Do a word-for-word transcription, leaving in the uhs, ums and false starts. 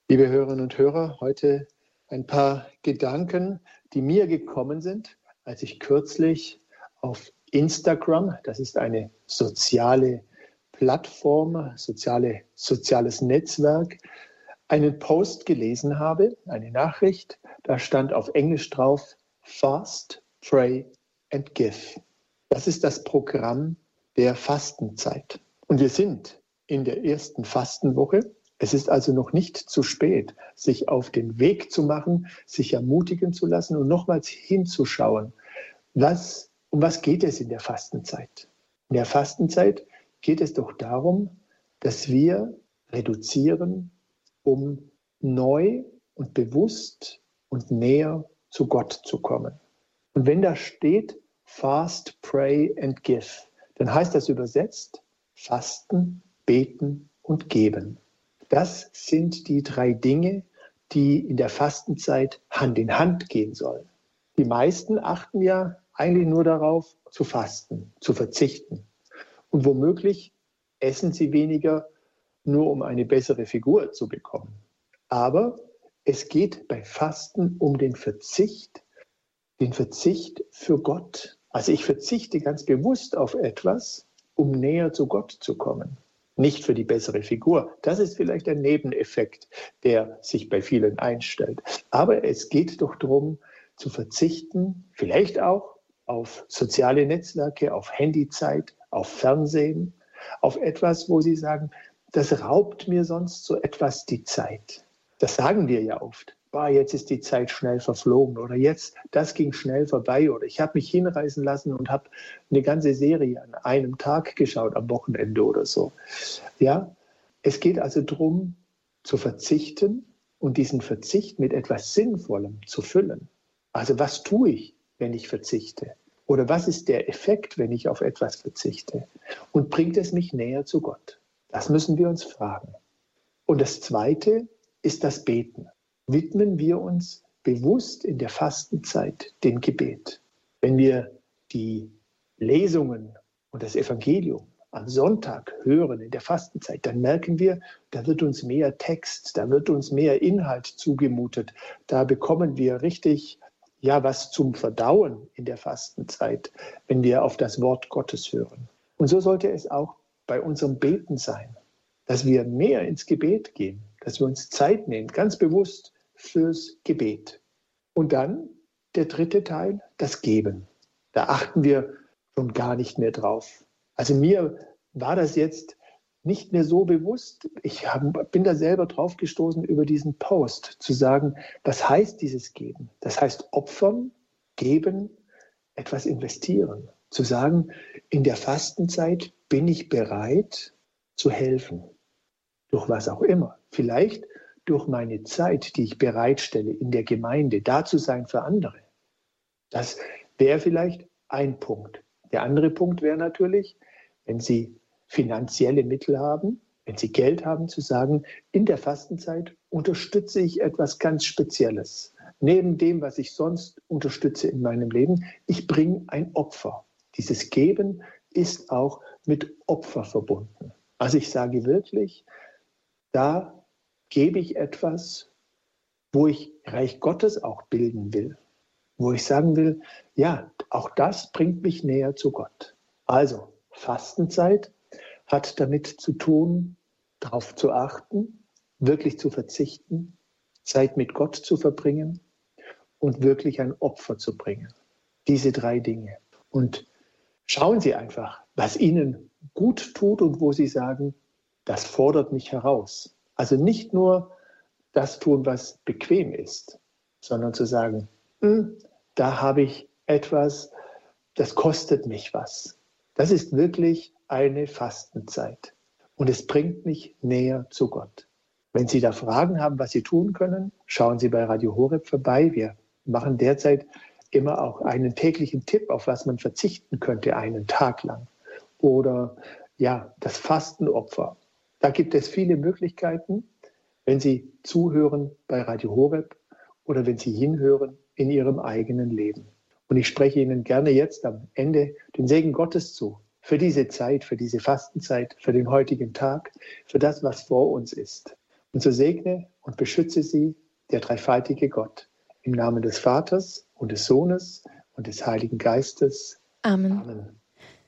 Liebe Hörerinnen und Hörer, heute ein paar Gedanken, die mir gekommen sind, als ich kürzlich auf Instagram, das ist eine soziale Plattform, soziale, soziales Netzwerk, einen Post gelesen habe, eine Nachricht. Da stand auf Englisch drauf: Fast, Pray and Give. Das ist das Programm der Fastenzeit. Und wir sind in der ersten Fastenwoche. Es ist also noch nicht zu spät, sich auf den Weg zu machen, sich ermutigen zu lassen und nochmals hinzuschauen, was, um was geht es in der Fastenzeit? In der Fastenzeit geht es doch darum, dass wir reduzieren, um neu und bewusst und näher zu Gott zu kommen. Und wenn da steht Fast, Pray and Give, dann heißt das übersetzt Fasten, Beten und Geben. Das sind die drei Dinge, die in der Fastenzeit Hand in Hand gehen sollen. Die meisten achten ja eigentlich nur darauf, zu fasten, zu verzichten. Und womöglich essen sie weniger, nur um eine bessere Figur zu bekommen. Aber es geht bei Fasten um den Verzicht, den Verzicht für Gott. Also ich verzichte ganz bewusst auf etwas, um näher zu Gott zu kommen. Nicht für die bessere Figur. Das ist vielleicht ein Nebeneffekt, der sich bei vielen einstellt. Aber es geht doch darum, zu verzichten, vielleicht auch auf soziale Netzwerke, auf Handyzeit, auf Fernsehen, auf etwas, wo Sie sagen, das raubt mir sonst so etwas die Zeit. Das sagen wir ja oft. Boah, jetzt ist die Zeit schnell verflogen oder jetzt, das ging schnell vorbei oder ich habe mich hinreißen lassen und habe eine ganze Serie an einem Tag geschaut, am Wochenende oder so. Ja, es geht also darum, zu verzichten und diesen Verzicht mit etwas Sinnvollem zu füllen. Also was tue ich, wenn ich verzichte? Oder was ist der Effekt, wenn ich auf etwas verzichte? Und bringt es mich näher zu Gott? Das müssen wir uns fragen. Und das Zweite ist das Beten. Widmen wir uns bewusst in der Fastenzeit dem Gebet. Wenn wir die Lesungen und das Evangelium am Sonntag hören in der Fastenzeit, dann merken wir, da wird uns mehr Text, da wird uns mehr Inhalt zugemutet. Da bekommen wir richtig ja was zum Verdauen in der Fastenzeit, wenn wir auf das Wort Gottes hören. Und so sollte es auch bei unserem Beten sein, dass wir mehr ins Gebet gehen, dass wir uns Zeit nehmen, ganz bewusst fürs Gebet. Und dann der dritte Teil, das Geben. Da achten wir schon gar nicht mehr drauf. Also mir war das jetzt nicht mehr so bewusst. Ich hab, bin da selber drauf gestoßen über diesen Post, zu sagen, was heißt dieses Geben? Das heißt opfern, geben, etwas investieren. Zu sagen, in der Fastenzeit bin ich bereit zu helfen. Durch was auch immer. Vielleicht durch meine Zeit, die ich bereitstelle in der Gemeinde, da zu sein für andere. Das wäre vielleicht ein Punkt. Der andere Punkt wäre natürlich, wenn Sie finanzielle Mittel haben, wenn Sie Geld haben, zu sagen, in der Fastenzeit unterstütze ich etwas ganz Spezielles. Neben dem, was ich sonst unterstütze in meinem Leben, ich bringe ein Opfer. Dieses Geben ist auch mit Opfer verbunden. Also ich sage wirklich, da gebe ich etwas, wo ich Reich Gottes auch bilden will, wo ich sagen will, ja, auch das bringt mich näher zu Gott. Also Fastenzeit hat damit zu tun, darauf zu achten, wirklich zu verzichten, Zeit mit Gott zu verbringen und wirklich ein Opfer zu bringen. Diese drei Dinge. Und schauen Sie einfach, was Ihnen gut tut und wo Sie sagen, das fordert mich heraus. Also nicht nur das tun, was bequem ist, sondern zu sagen, da habe ich etwas, das kostet mich was. Das ist wirklich eine Fastenzeit und es bringt mich näher zu Gott. Wenn Sie da Fragen haben, was Sie tun können, schauen Sie bei Radio Horeb vorbei. Wir machen derzeit immer auch einen täglichen Tipp, auf was man verzichten könnte, einen Tag lang. Oder ja, das Fastenopfer. Da gibt es viele Möglichkeiten, wenn Sie zuhören bei Radio Horeb oder wenn Sie hinhören in Ihrem eigenen Leben. Und ich spreche Ihnen gerne jetzt am Ende den Segen Gottes zu. Für diese Zeit, für diese Fastenzeit, für den heutigen Tag, für das, was vor uns ist. Und so segne und beschütze sie, der dreifaltige Gott. Im Namen des Vaters und des Sohnes und des Heiligen Geistes. Amen. Amen.